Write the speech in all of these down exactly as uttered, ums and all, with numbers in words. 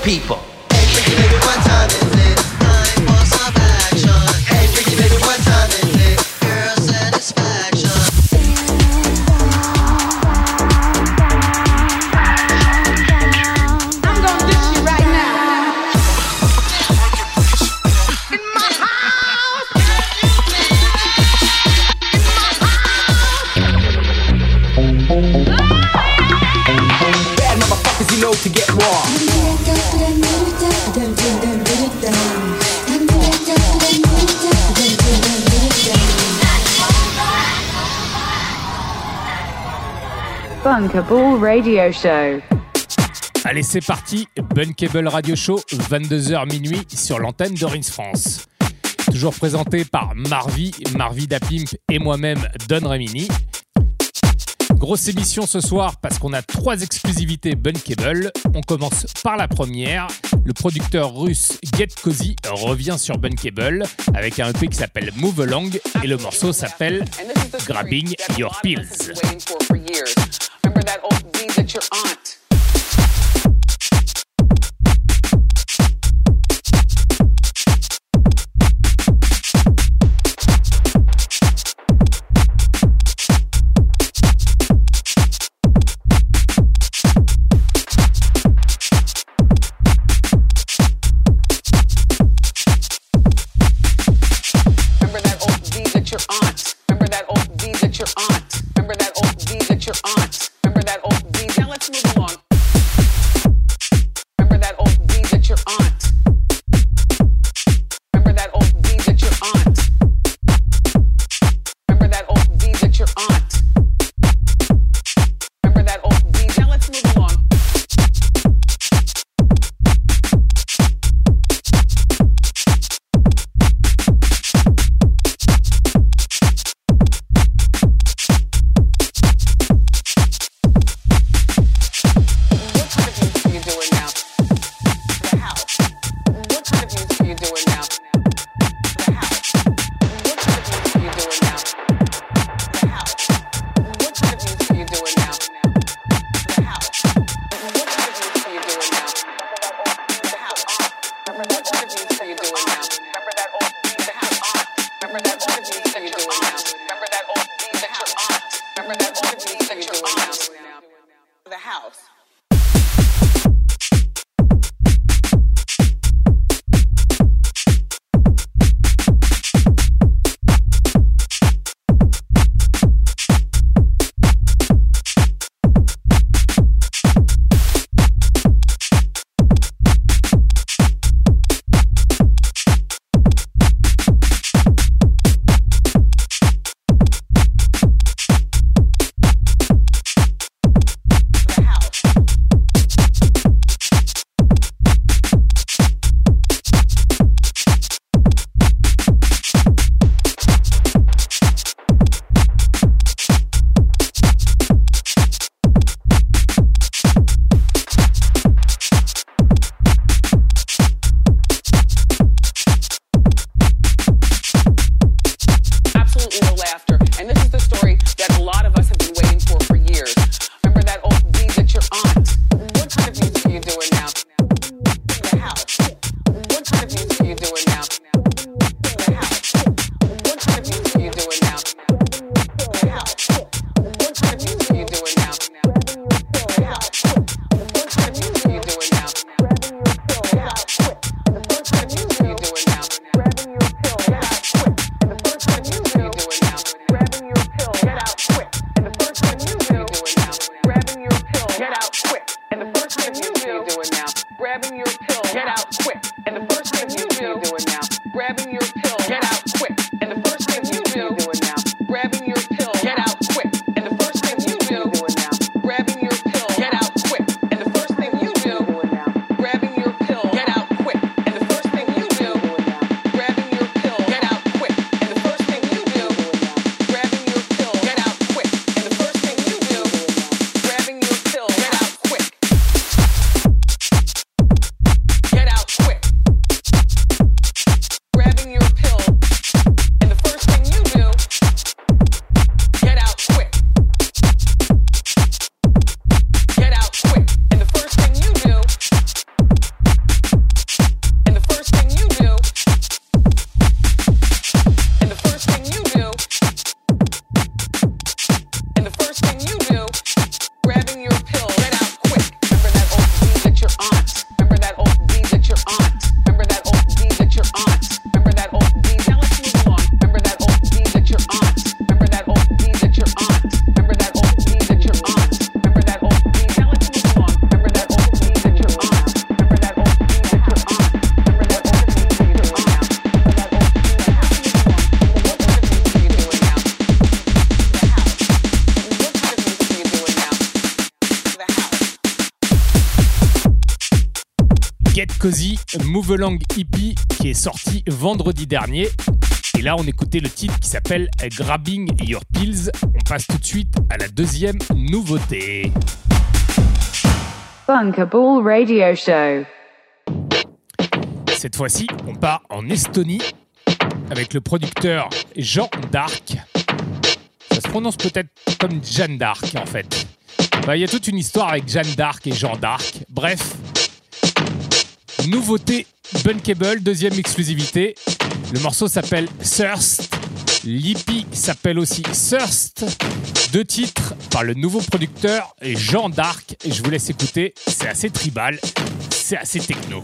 people. Hey, freaky baby, what time is it? Time for some action. Hey, freaky baby, what time is it? Girl satisfaction. I'm gonna dish you right now. In my house. In my house. Bad motherfuckers, you know to get raw. Bunkable Radio Show. Allez, c'est parti, Bunkable Radio Show, vingt-deux heures minuit sur l'antenne de Rince France. Toujours présenté par Marvy, Marvy Dapimp et moi-même, Don Remini. Grosse émission ce soir parce qu'on a trois exclusivités Bunkable. On commence par la première. Le producteur russe Get Cozy revient sur Bunkable avec un E P qui s'appelle Move Along et le morceau s'appelle Grabbing Your Pills. Remember that old beat that your aunt Remember that old beat that your aunt Remember that old beat that your aunt Remember that old beat that your aunt Remember that old beat. Now let's move along. Remember that old beat that your aunt Remember that old beat that your aunt Remember that old beat that your aunt Remember that old beat. Now let's move along. The house. The house. Scozy, Move Along E P, qui est sorti vendredi dernier. Et là, on écoutait le titre qui s'appelle Grabbing Your Pills. On passe tout de suite à la deuxième nouveauté. Bunkable Radio Show. Cette fois-ci, on part en Estonie avec le producteur Jean d'Arc. Ça se prononce peut-être comme Jeanne d'Arc, en fait. Bah, il y a toute une histoire avec Jeanne d'Arc et Jean d'Arc. Bref, nouveauté Bunkable, deuxième exclusivité. Le morceau s'appelle Thirst. L'E P s'appelle aussi Thirst. Deux titres par le nouveau producteur Jean d'Arc. Et je vous laisse écouter. C'est assez tribal, c'est assez techno.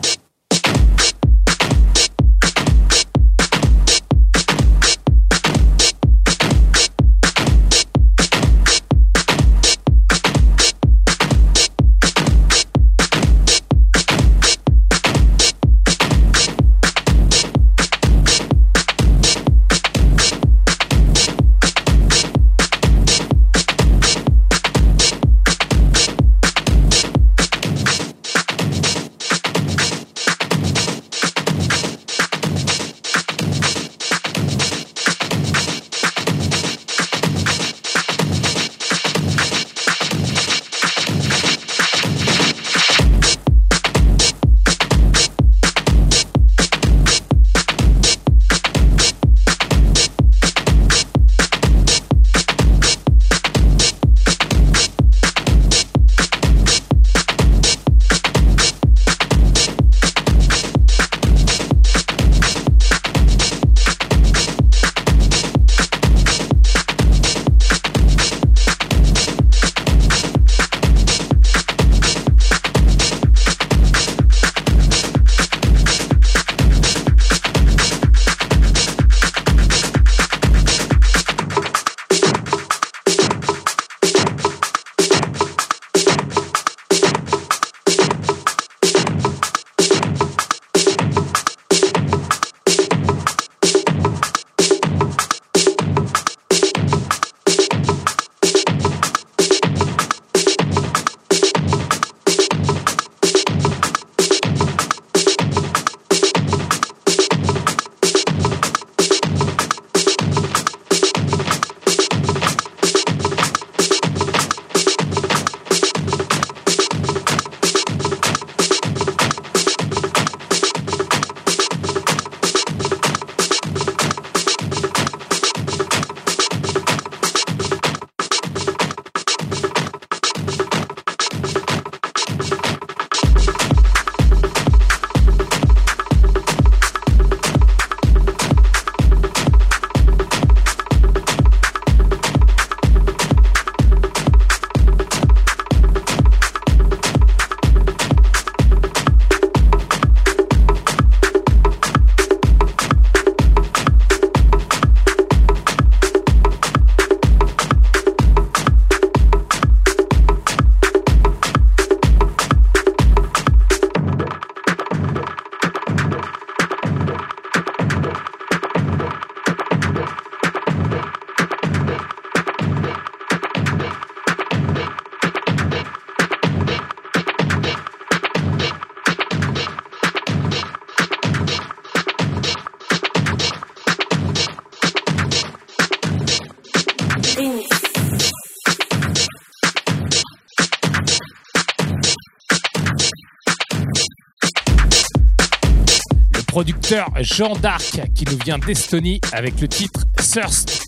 Producteur Jean d'Arc qui nous vient d'Estonie avec le titre Thirst.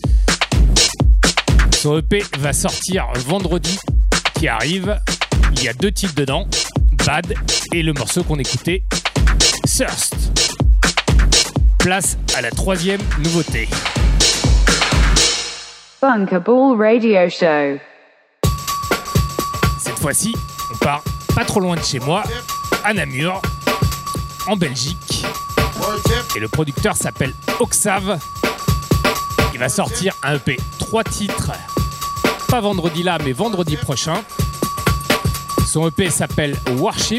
Son E P va sortir vendredi qui arrive. Il y a deux titres dedans, Bad et le morceau qu'on écoutait, Thirst. Place à la troisième nouveauté. Bunkable Radio Show. Cette fois-ci, on part pas trop loin de chez moi, à Namur, en Belgique. Et le producteur s'appelle Oxave. Il va sortir un E P, trois titres, pas vendredi là, mais vendredi prochain. Son E P s'appelle Worship.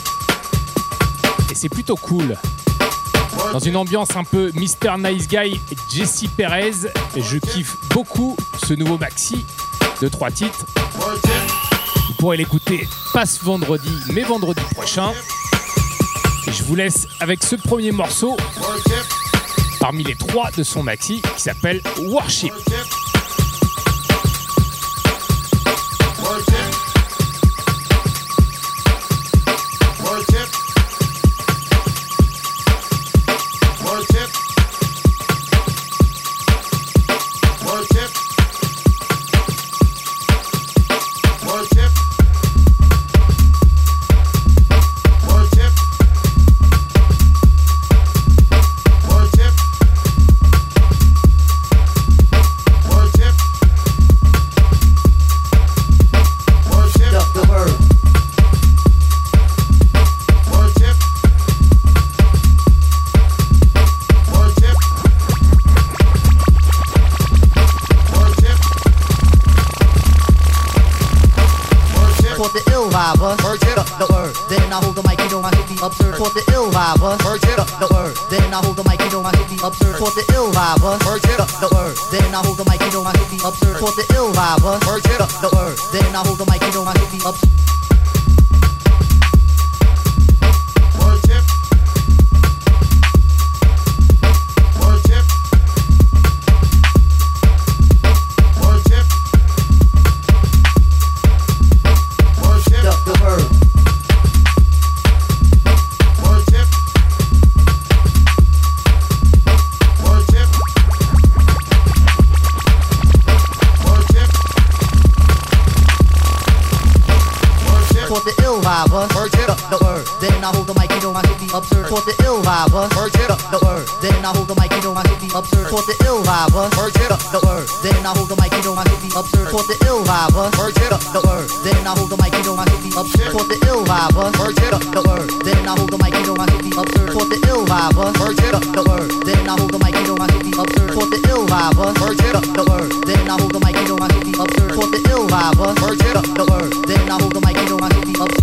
Et c'est plutôt cool. Dans une ambiance un peu mister Nice Guy, Jesse Perez, je kiffe beaucoup ce nouveau maxi de trois titres. Vous pourrez l'écouter pas ce vendredi, mais vendredi prochain. Et je vous laisse avec ce premier morceau parmi les trois de son maxi qui s'appelle Worship. Quote the ill vibers, the word. Then I hold the mic, you know I should be absurd. Quote the ill vibers, the word. Then I hold the mic, you know I should be absurd. Quote the ill vibers, the word. Then I hold the mic, you know I should be absurd. The word, then I hold the mic, you know I should be absurd. Quote the ill vibers, the word, then I hold the mic, you know I should be absurd. Quote the ill vibers, the word, then I hold the mic, you know I should be absurd. Quote the ill vibers, the word, then I hold the mic, you know I should be absurd. Quote the ill vibers, the word, then I hold the mic, you know I should be absurd. Quote the ill vibers, the word, then I hold the mic, you know I should be absurd. Quote the ill vibers, the word, then I hold the mic, you know I should be absurd. Quote the ill vibers, the word, then I hold the mic, you know I should be absurd.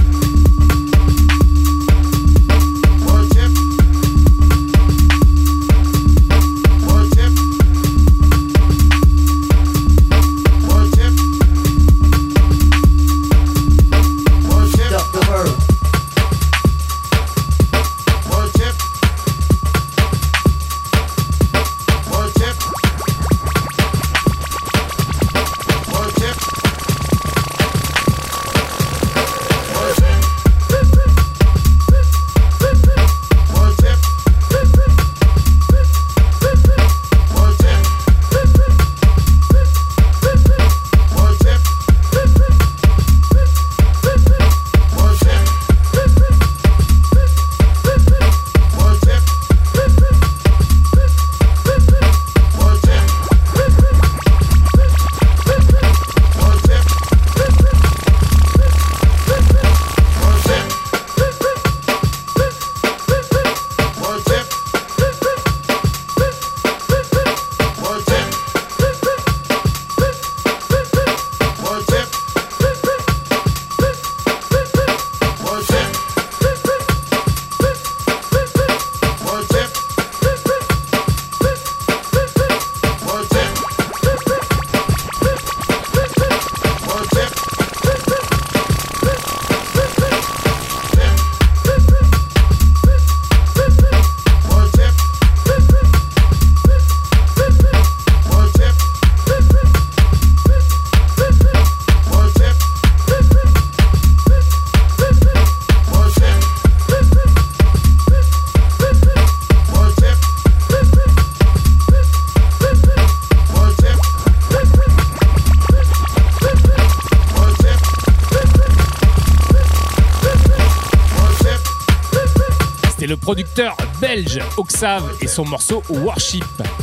Le producteur belge Oxave et son morceau Worship.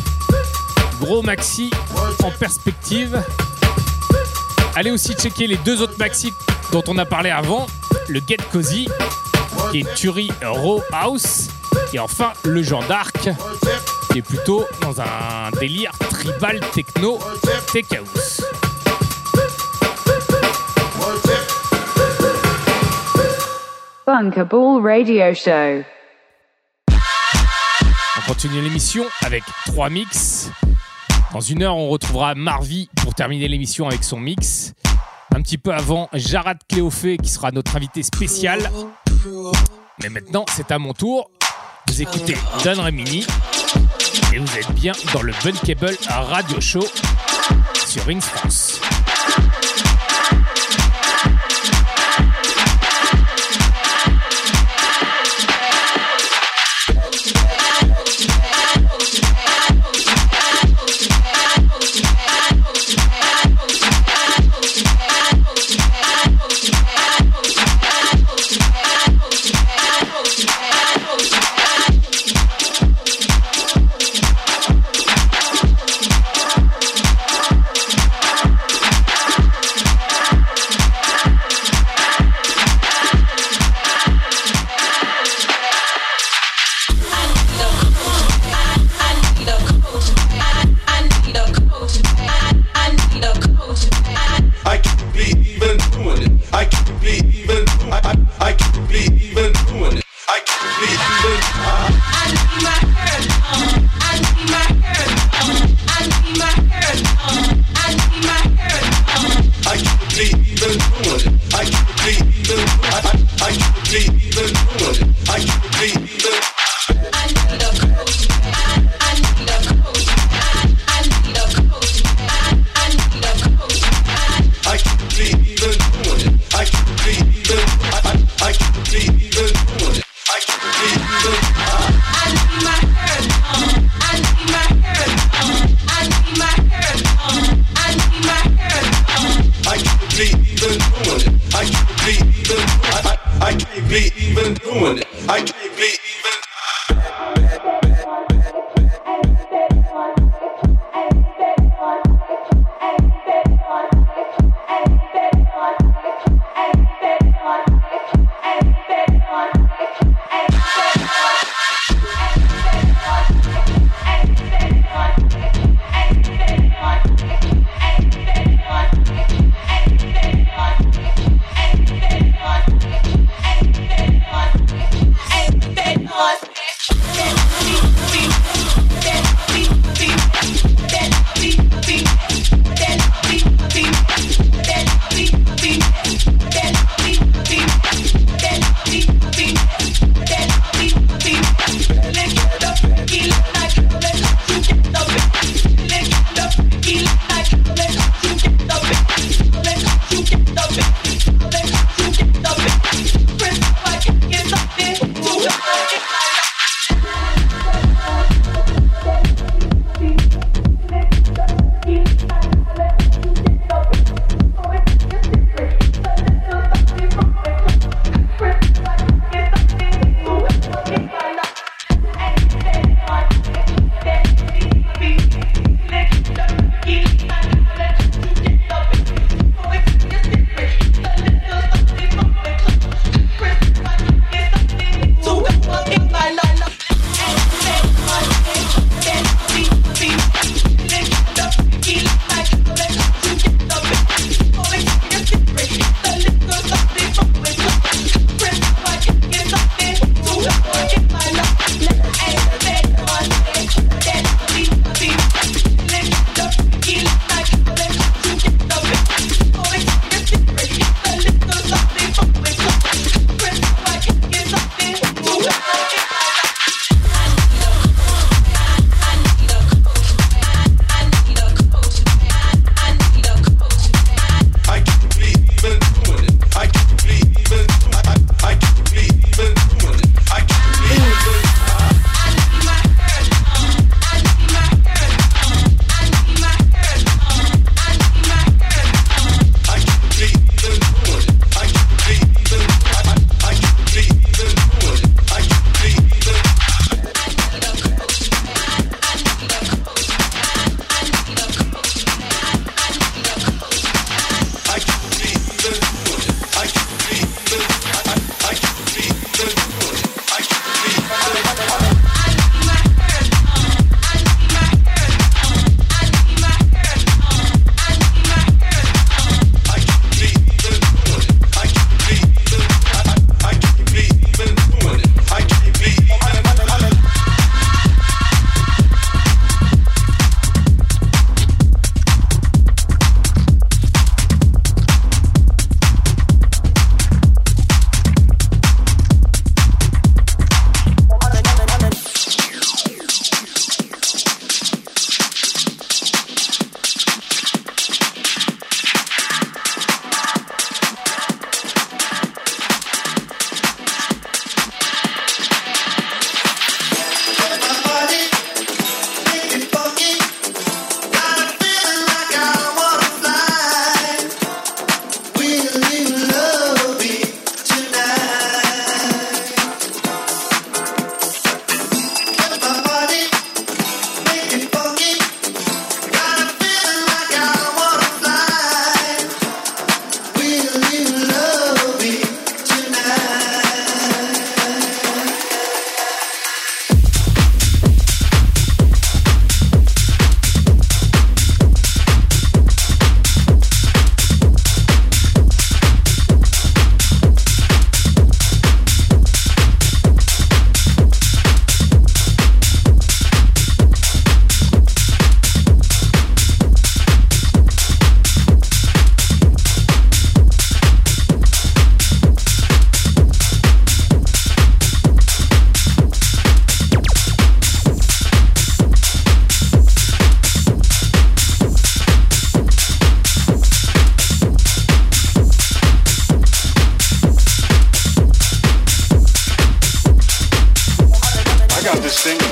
Gros maxi en perspective. Allez aussi checker les deux autres maxi dont on a parlé avant. Le Get Cozy, qui est Turi Raw House. Et enfin, le Jean d'Arc, qui est plutôt dans un délire tribal techno tech house. Bunkable Radio Show. On continue l'émission avec trois mix. Dans une heure, on retrouvera Marvi pour terminer l'émission avec son mix. Un petit peu avant, Jarad Cléophée qui sera notre invité spécial. Mais maintenant, c'est à mon tour. Vous écoutez Don Remini et vous êtes bien dans le Bunkable Radio Show sur Rings France. We'll be right back.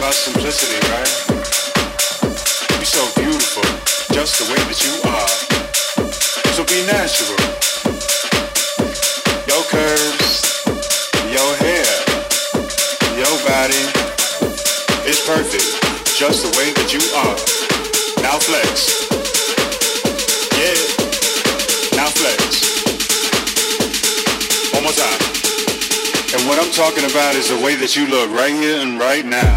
about simplicity, right? You're so beautiful, just the way that you are. So be natural. Your curves, your hair, your body is perfect, just the way that you are. Now flex. Yeah. Now flex. One more time. And what I'm talking about is the way that you look right here and right now.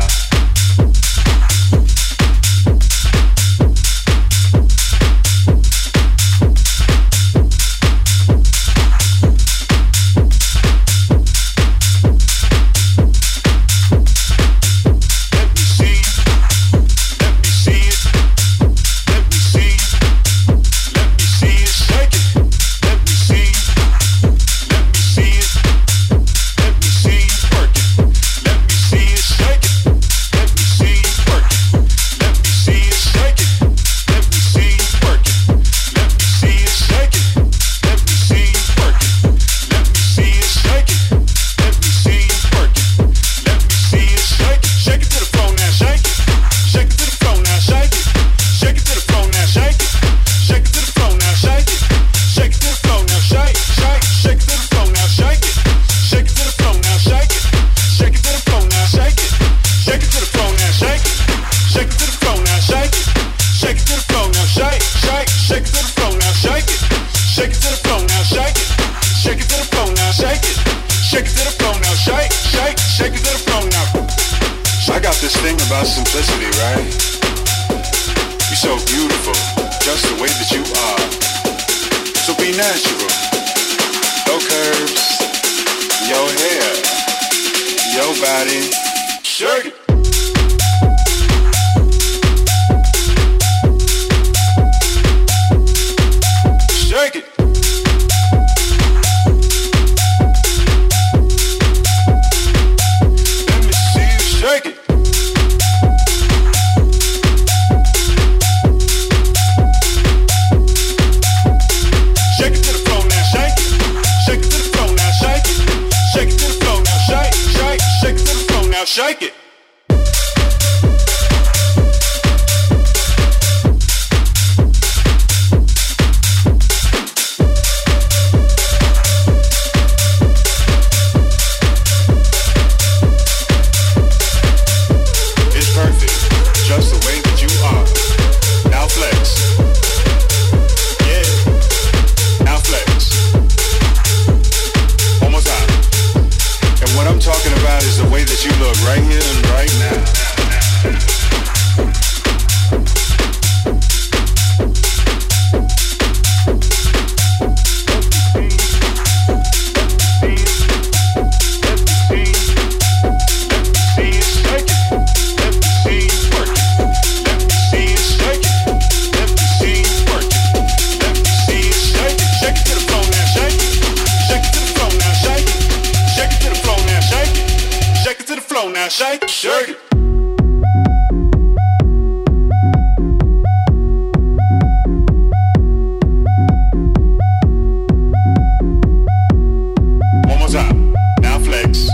Shake, shake it. One more time. Now flex.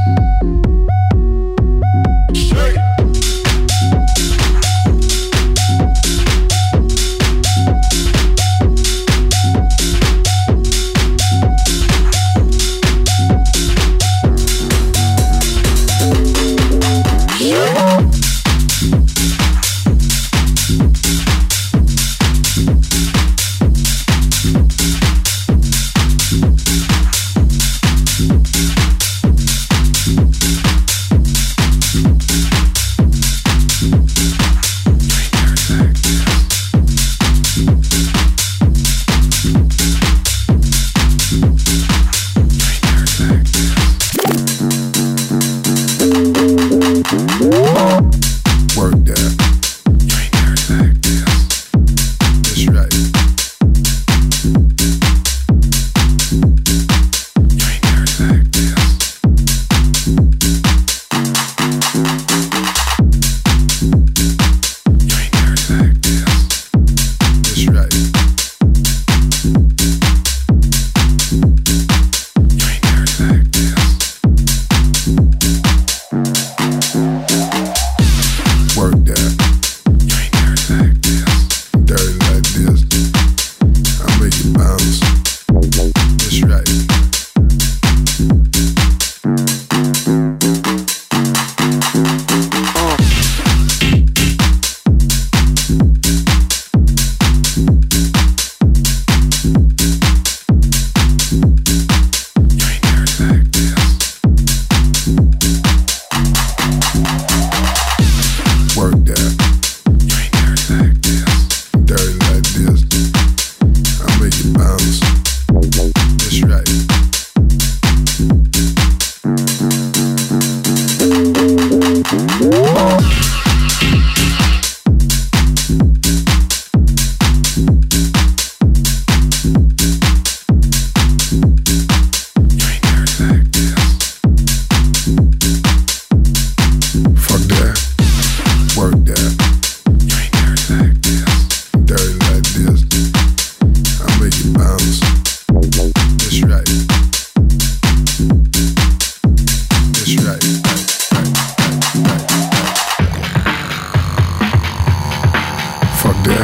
Shake it. Yeah.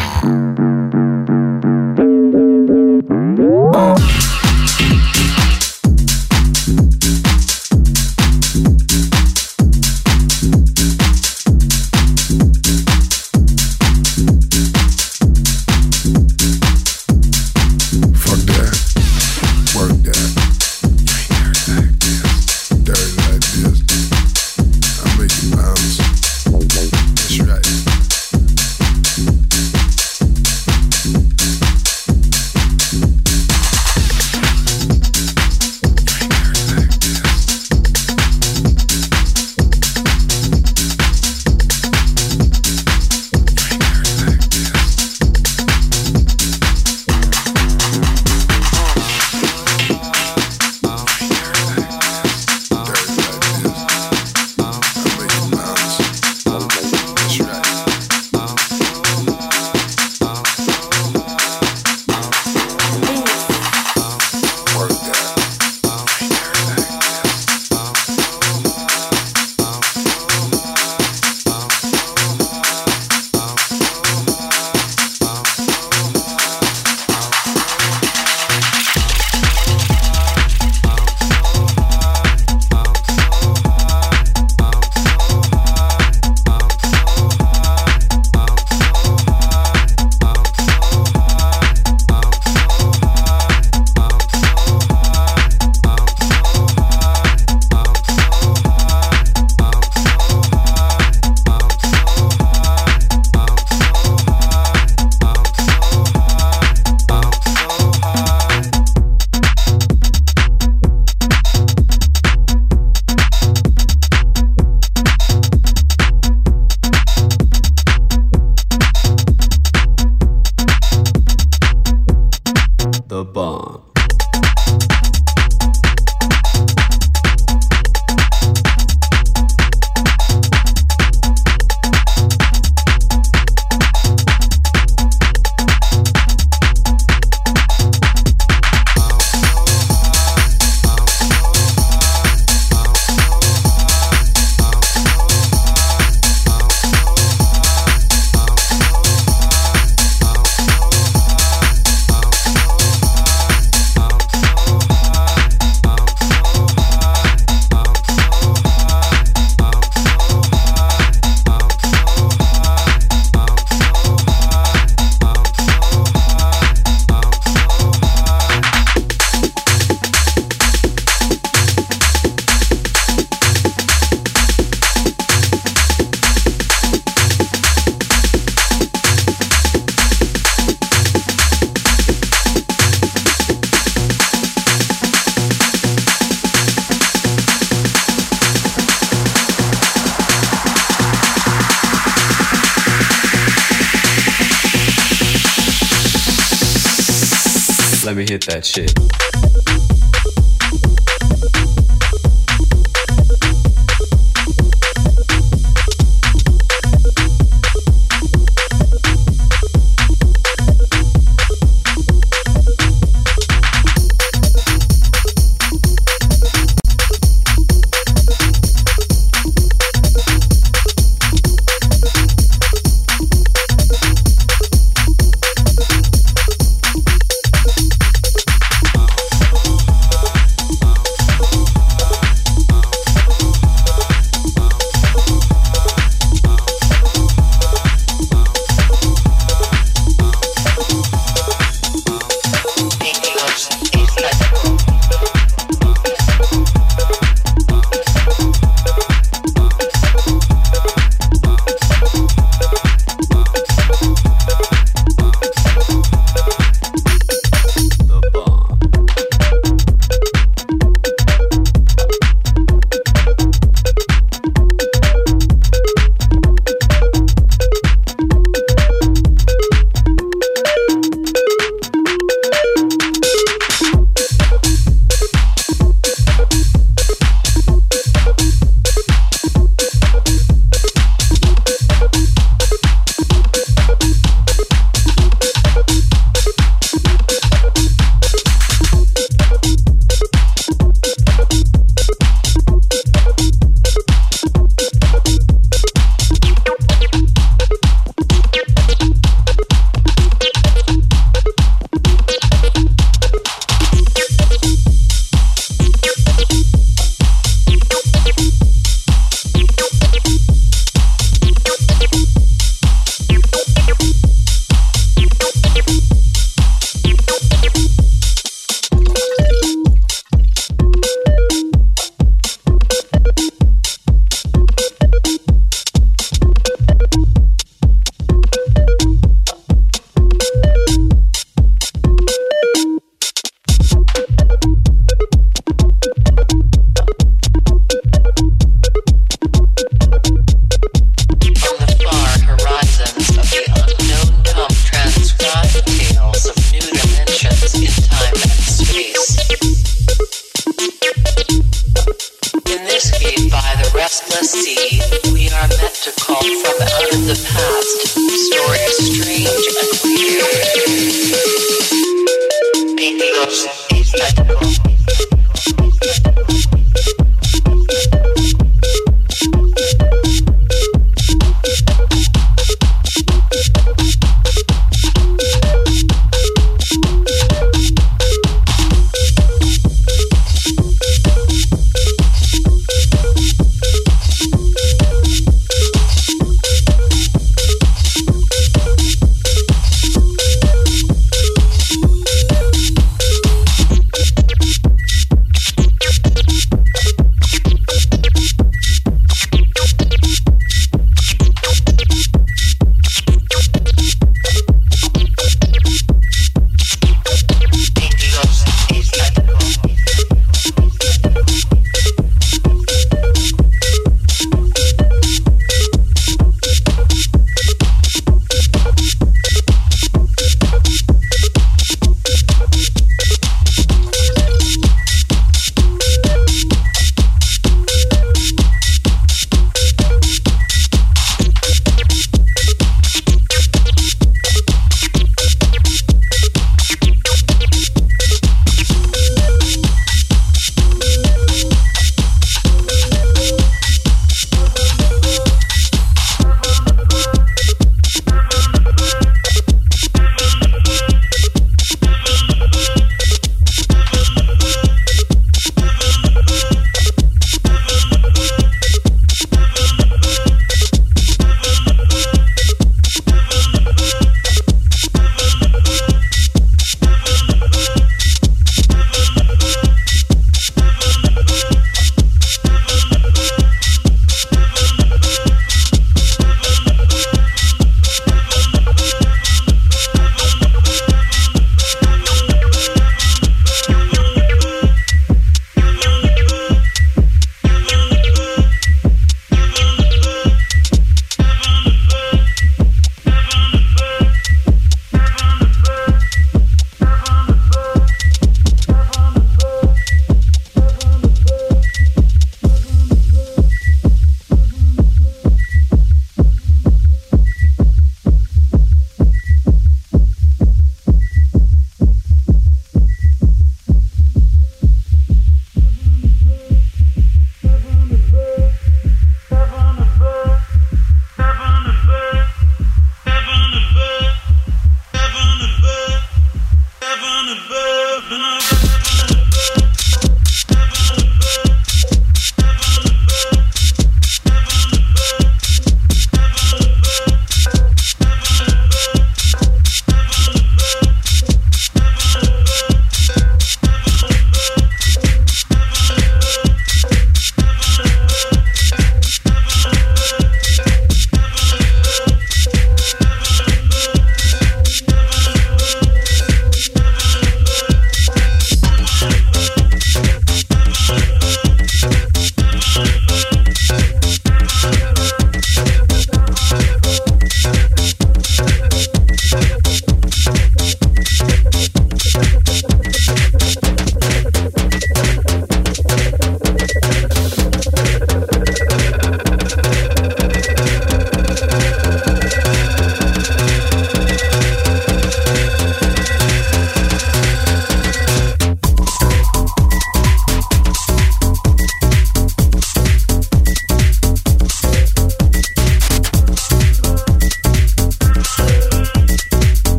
Let me hit that shit.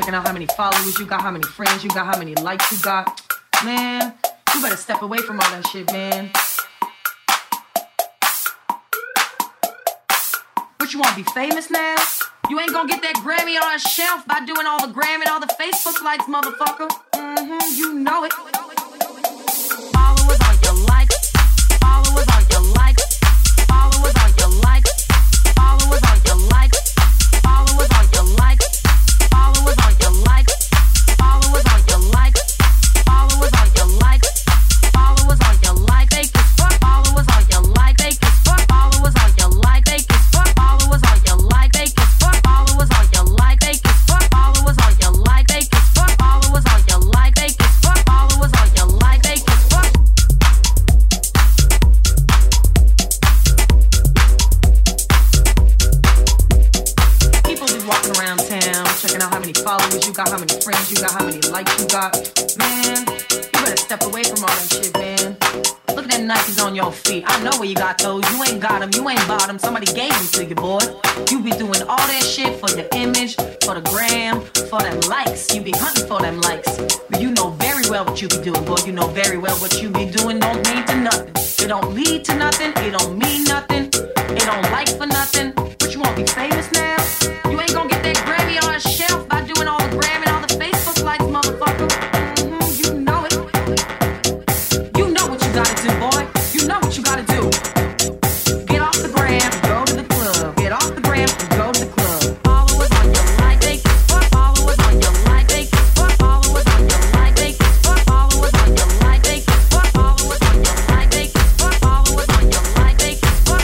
checking out how many followers you got, how many friends you got, how many likes you got. Man, you better step away from all that shit, man. What, you wanna be famous now? You ain't gonna get that Grammy on a shelf by doing all the Grammy and all the Facebook likes, motherfucker. Mm-hmm, you know it. Followers on your likes. Followers on your likes. Followers on your likes. Followers on your likes. Followers on your likes. Followers on your likes. Followers on your likes. Followers on your likes. Followers on your like. They can fuck. Followers on your like. They can fuck. Followers on your like. They can fuck. Followers on your like. They can fuck. Followers on your like. They can fuck. Followers on your like. They can fuck. Followers on your like. They can fuck. Followers on your like. They can fuck. People be walking around town, checking out how many followers you got, how many friends you got, how many likes you got. Man, you better step away from all that shit, man. Look at them Nikes on your feet. I know where you got those. You ain't got them. You ain't bought them. Somebody gave them to you, boy. You be doing all that shit for the image, for the gram, for them likes. You be hunting for them likes. But you know very well what you be doing, boy. You know very well what you be doing don't lead to nothing. It don't lead to nothing. It don't mean nothing. It don't like for nothing. But you wanna be famous now? You ain't gonna get that Grammy on a shelf by doing all the Grammy and all the Facebook likes, motherfucker. Mm-hmm, you know it. You know what you gotta do, boy. You know what you gotta do. Get off the gram and go to the club. Get off the gram and go to the club. Followers on your like, they can fuck. Followers on your like, they can fuck. Followers on your like, they can fuck. Followers on your like, they can fuck. Followers on your like, they can fuck. Followers on your like, they can fuck.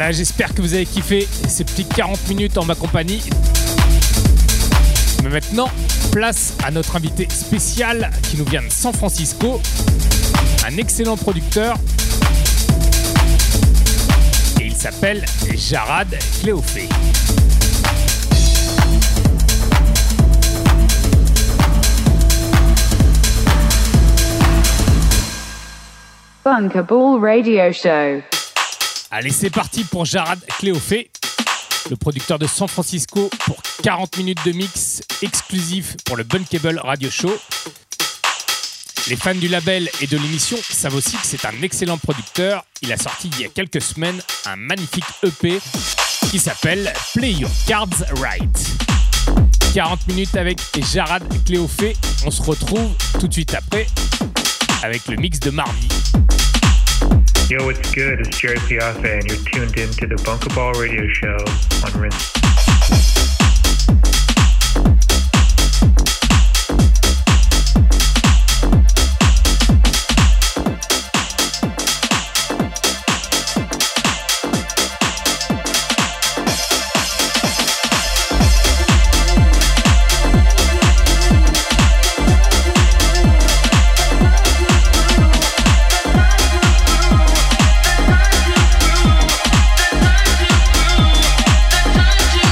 Voilà, j'espère que vous avez kiffé ces petites quarante minutes en ma compagnie. Mais maintenant, place à notre invité spécial qui nous vient de San Francisco. Un excellent producteur. Et il s'appelle Jarad Cléophée. Bunkable Radio Show. Allez, c'est parti pour Jarad Cléophée, le producteur de San Francisco, pour quarante minutes de mix exclusif pour le Bunkable Radio Show. Les fans du label et de l'émission savent aussi que c'est un excellent producteur. Il a sorti il y a quelques semaines un magnifique E P qui s'appelle Play Your Cards Right. quarante minutes avec Jarad Cléophée. On se retrouve tout de suite après avec le mix de Marvi. Yo, what's good? It's Jerry Piaffe, and you're tuned in to the Bunkable Radio Show on Rinse. Touch you.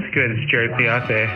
what's good? It's Jerry Piafe.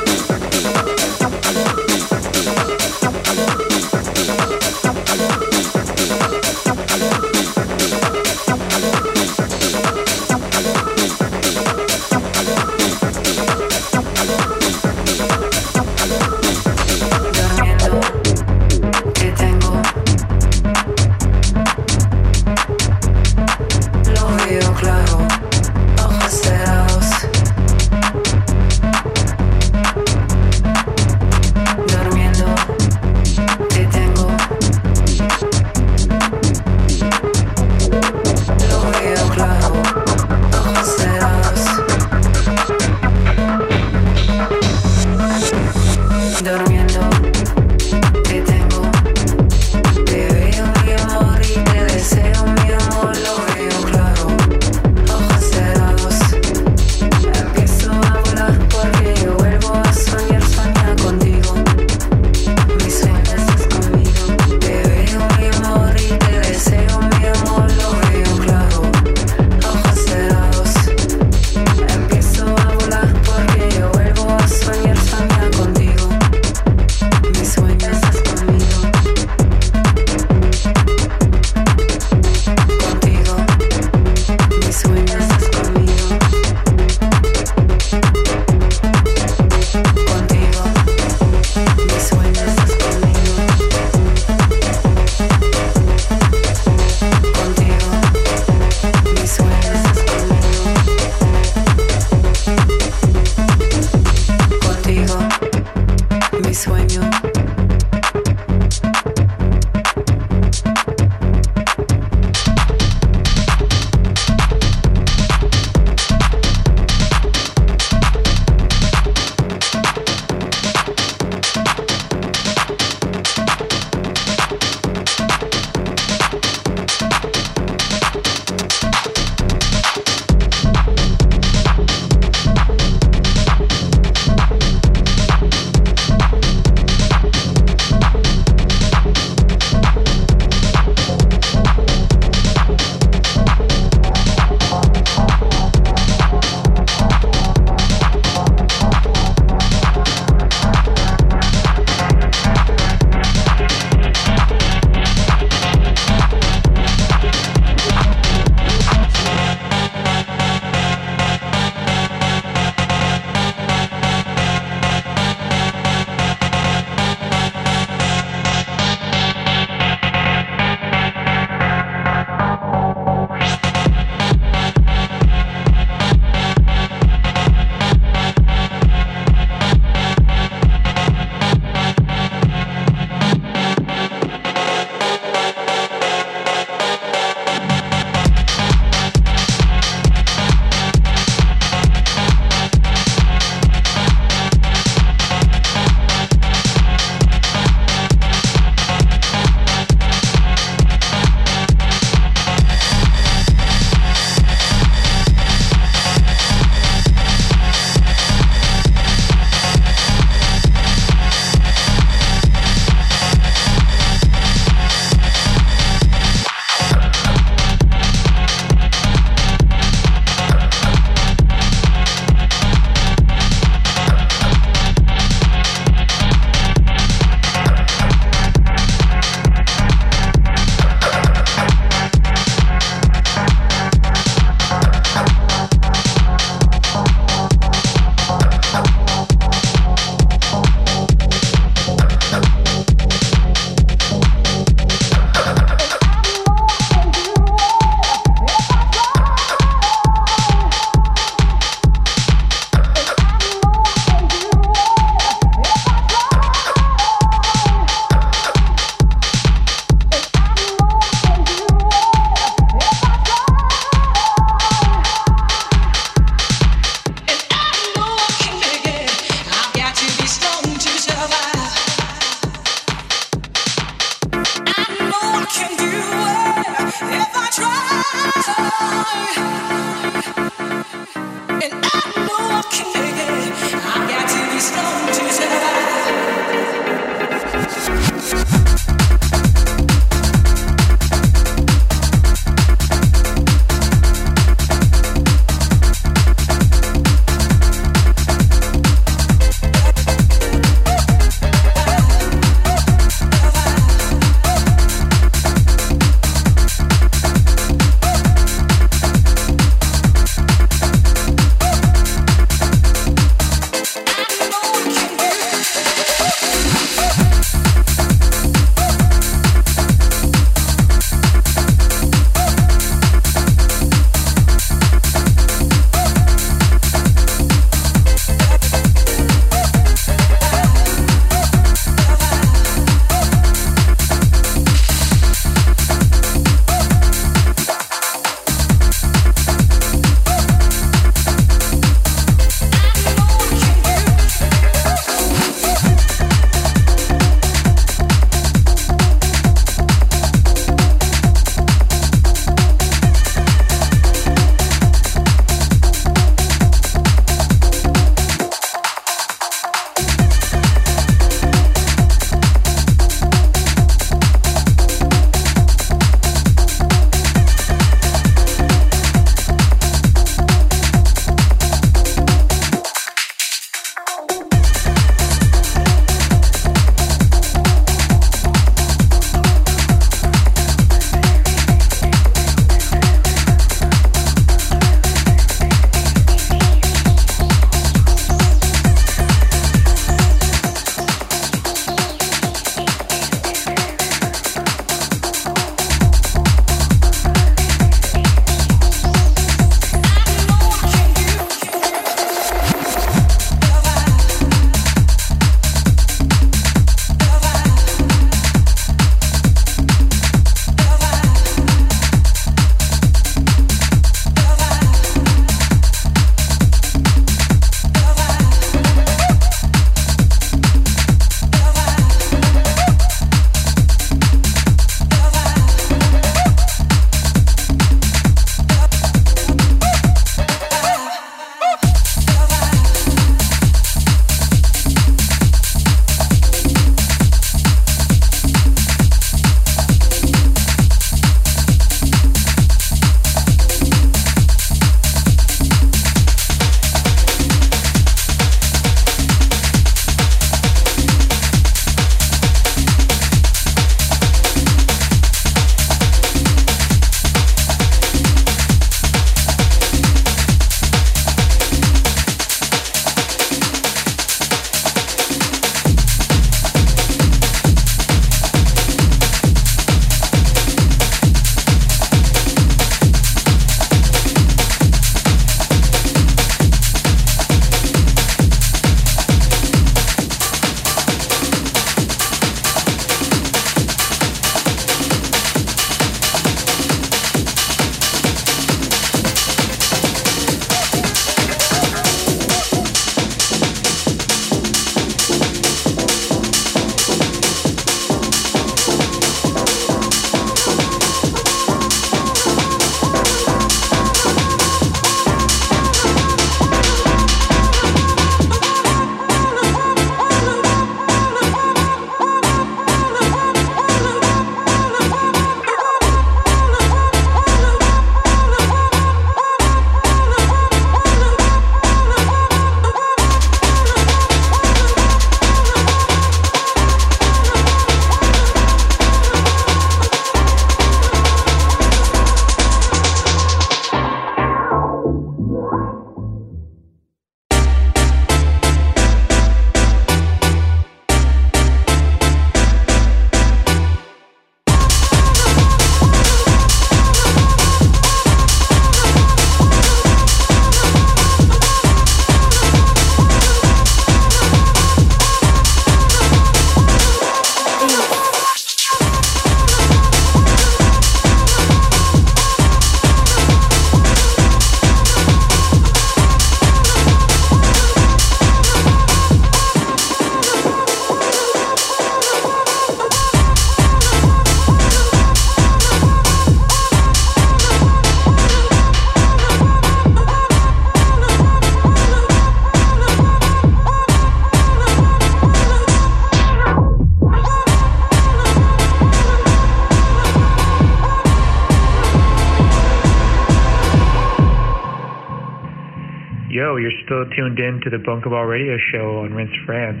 Yo, you're still tuned in to the Bunkaball Radio Show on Rinse France.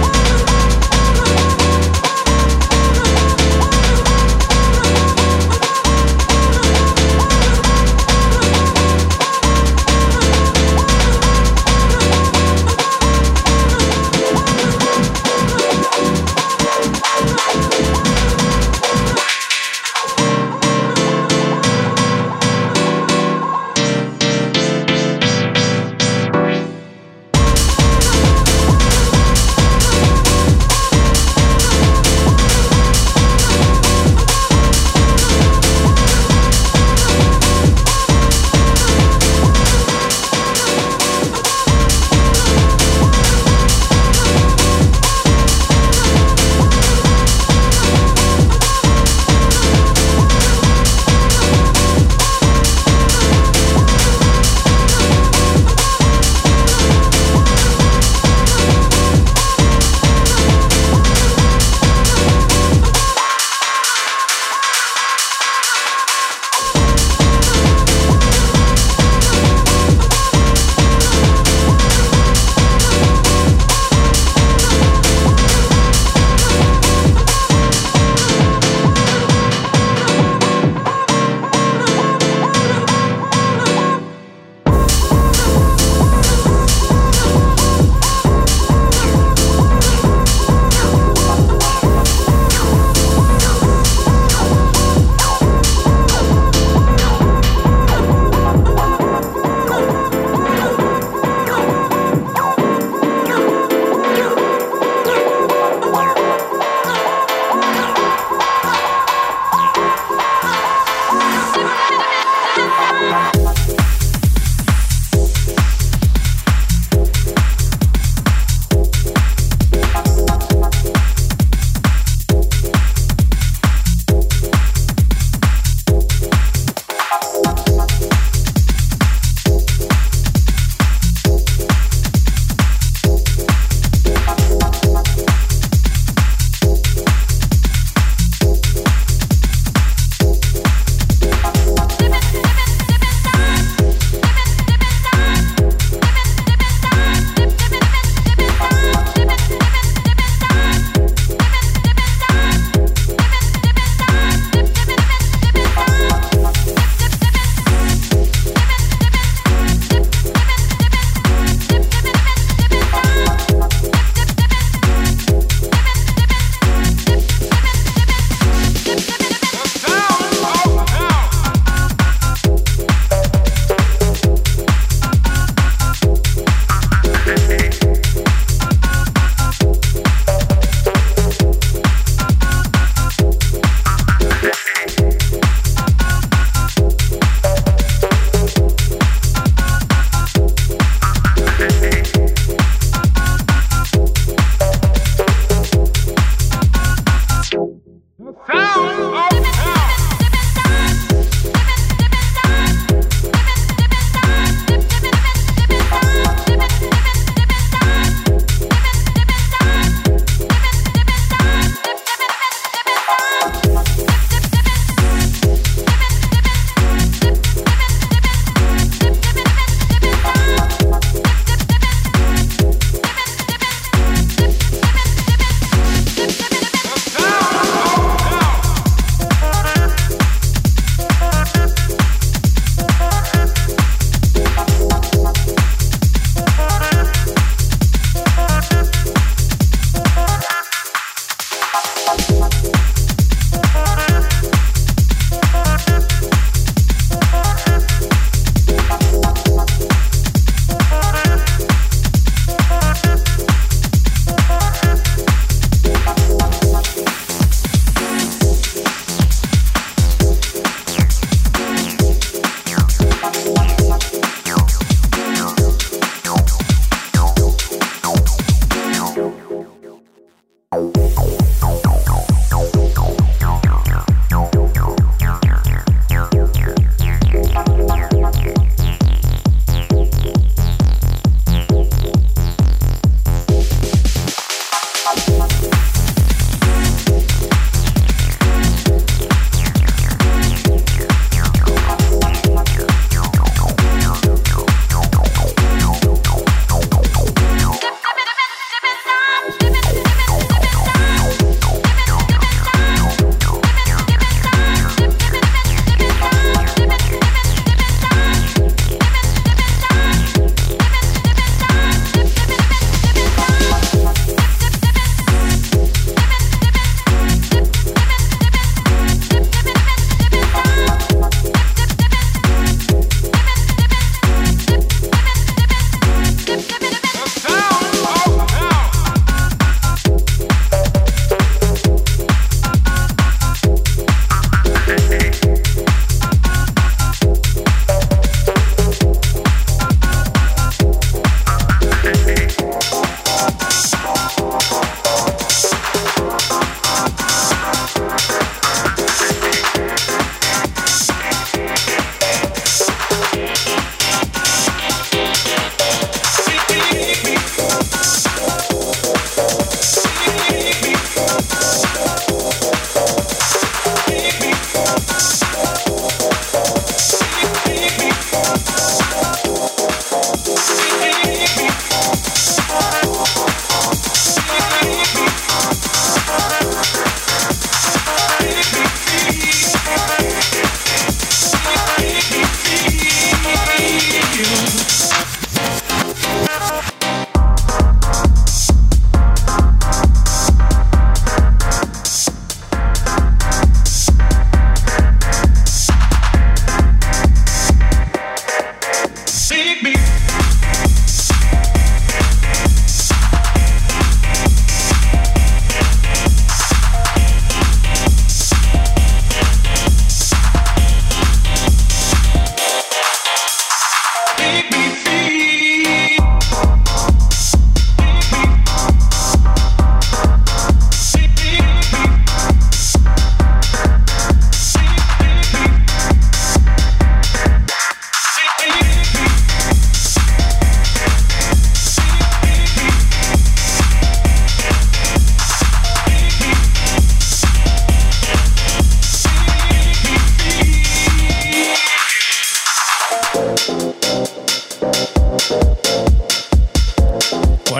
We'll be right back.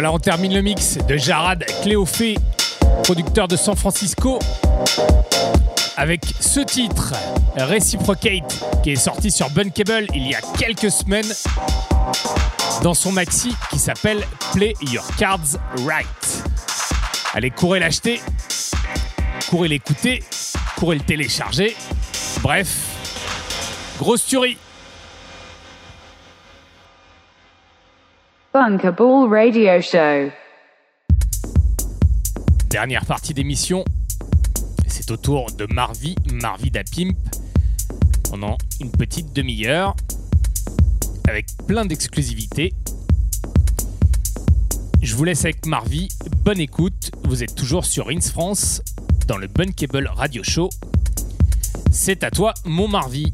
Voilà, on termine le mix de Jarad Cléophée, producteur de San Francisco, avec ce titre, Reciprocate, qui est sorti sur Bunkable il y a quelques semaines, dans son maxi qui s'appelle Play Your Cards Right. Allez, courez l'acheter, courez l'écouter, courez le télécharger. Bref, grosse tuerie. Bunkable Radio Show. Dernière partie d'émission, c'est au tour de Marvi, Marvi da Pimp, pendant une petite demi-heure, avec plein d'exclusivités. Je vous laisse avec Marvi, bonne écoute, vous êtes toujours sur Ins France, dans le Bunkable Radio Show. C'est à toi, mon Marvi.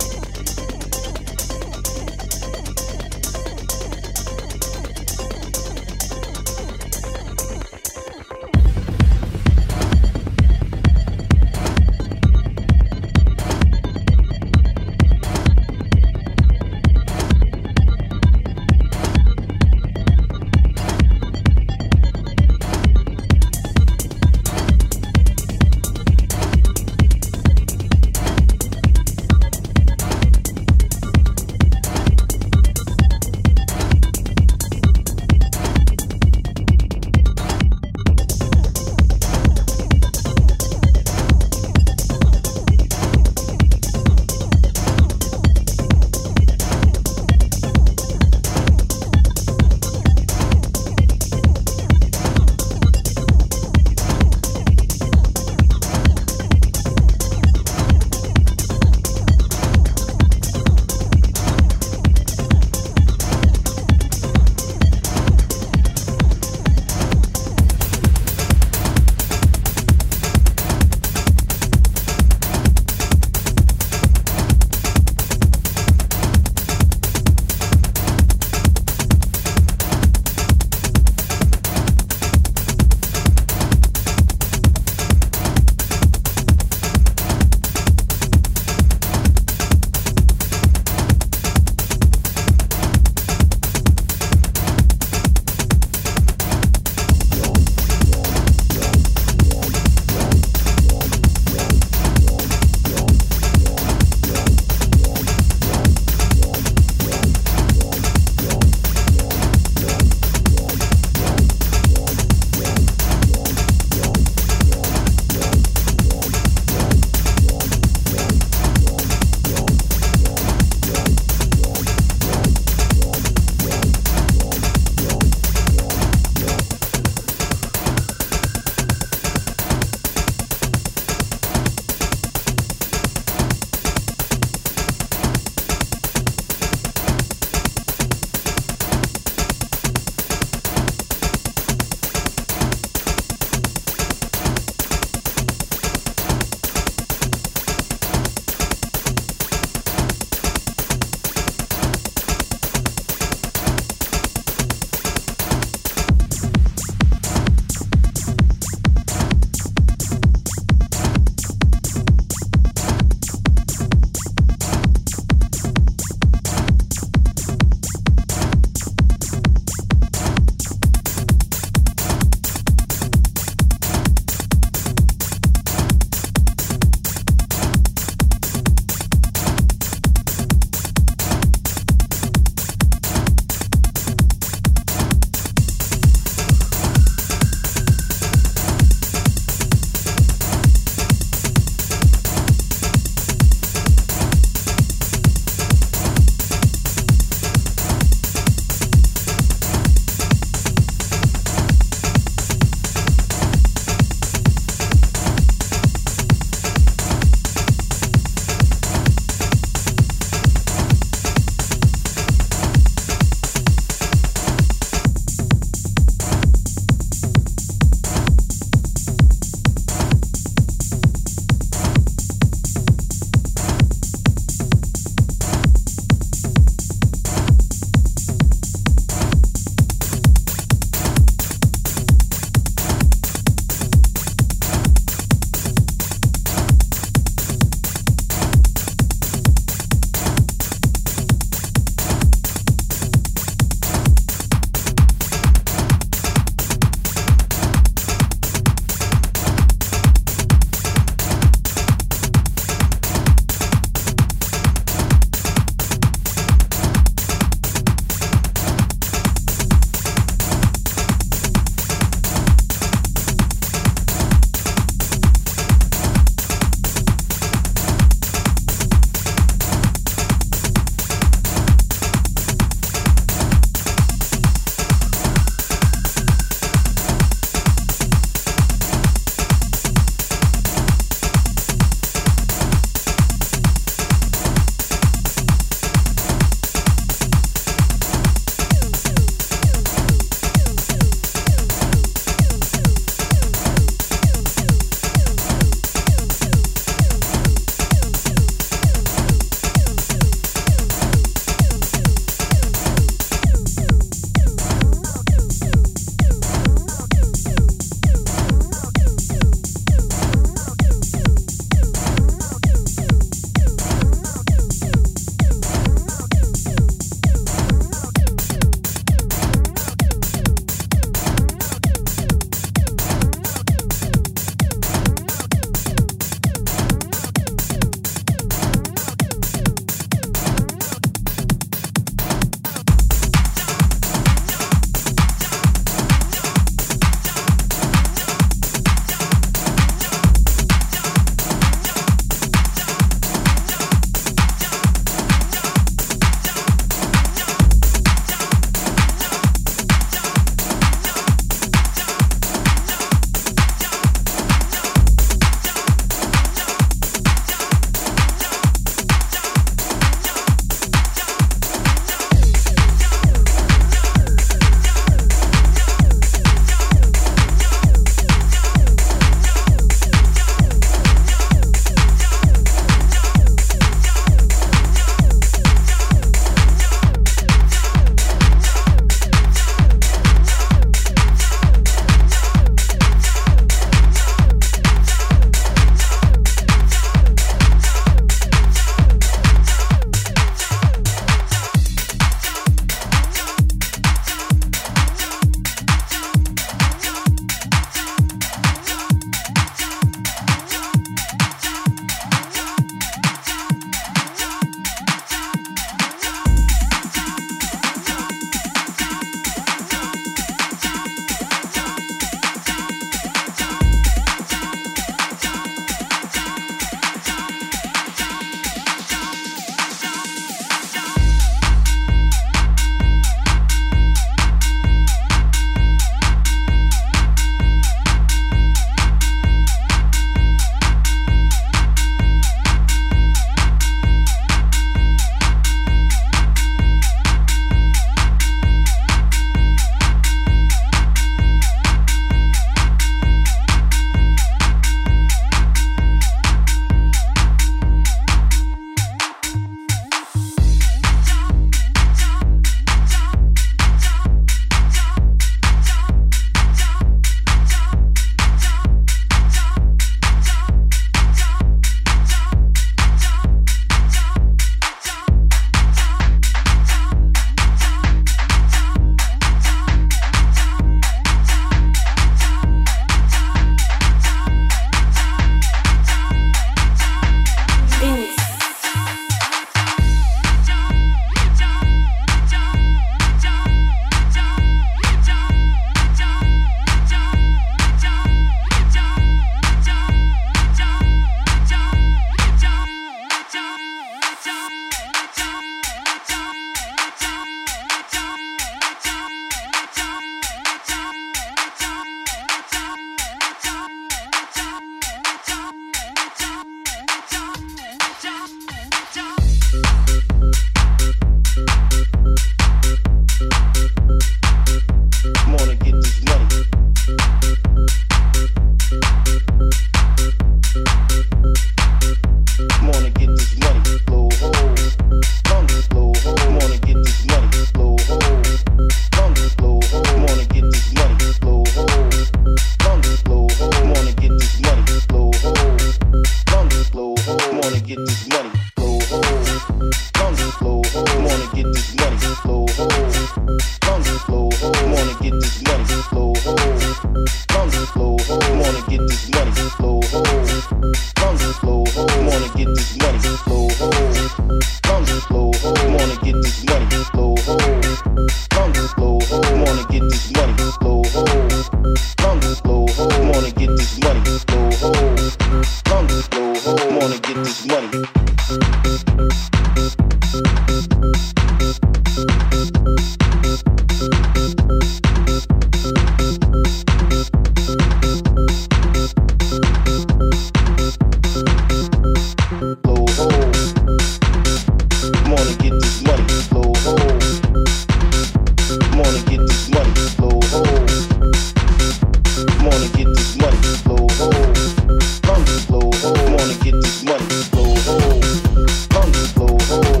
wanna get this money, blow hole, lungs blow hole, wanna get this money, blow hole, lungs blow hole,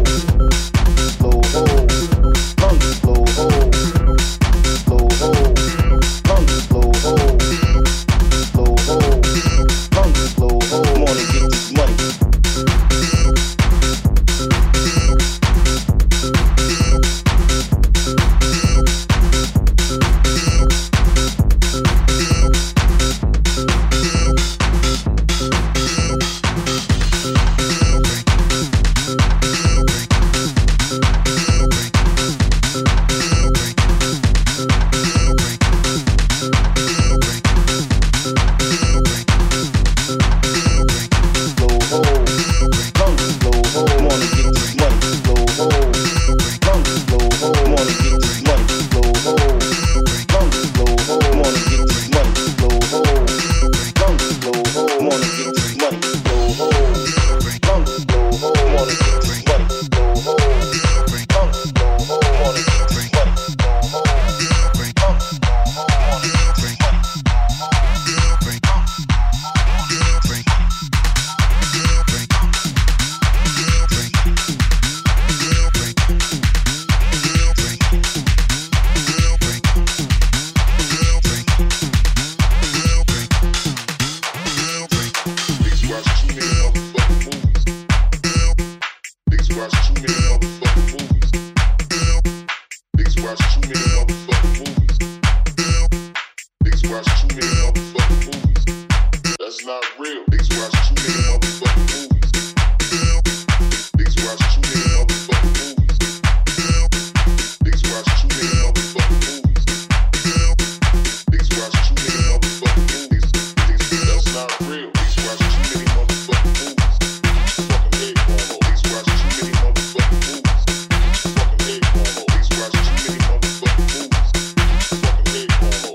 blow hole, lungs blow hole, blow hole, lungs blow hole, blow hole, lungs blow hole, wanna get this money.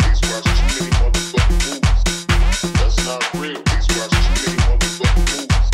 That's not real. These watch too many motherfucking movies.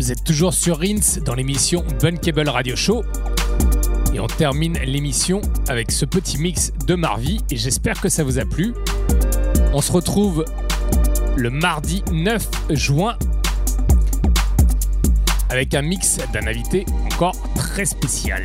Vous êtes toujours sur Rinse dans l'émission Bunkable Radio Show. Et on termine l'émission avec ce petit mix de Marvy et j'espère que ça vous a plu. On se retrouve le mardi neuf juin avec un mix d'un invité encore très spécial.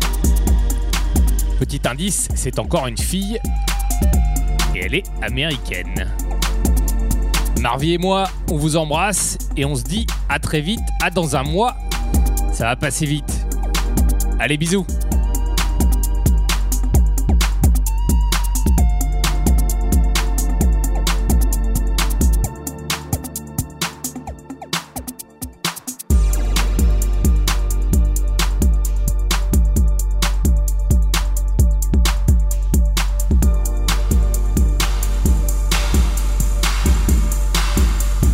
Petit indice, c'est encore une fille et elle est américaine. Marvy et moi, on vous embrasse et on se dit à très vite, à dans un mois. Ça va passer vite. Allez, bisous.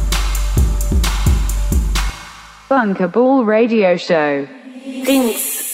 Bunkable Radio Show. Rinse.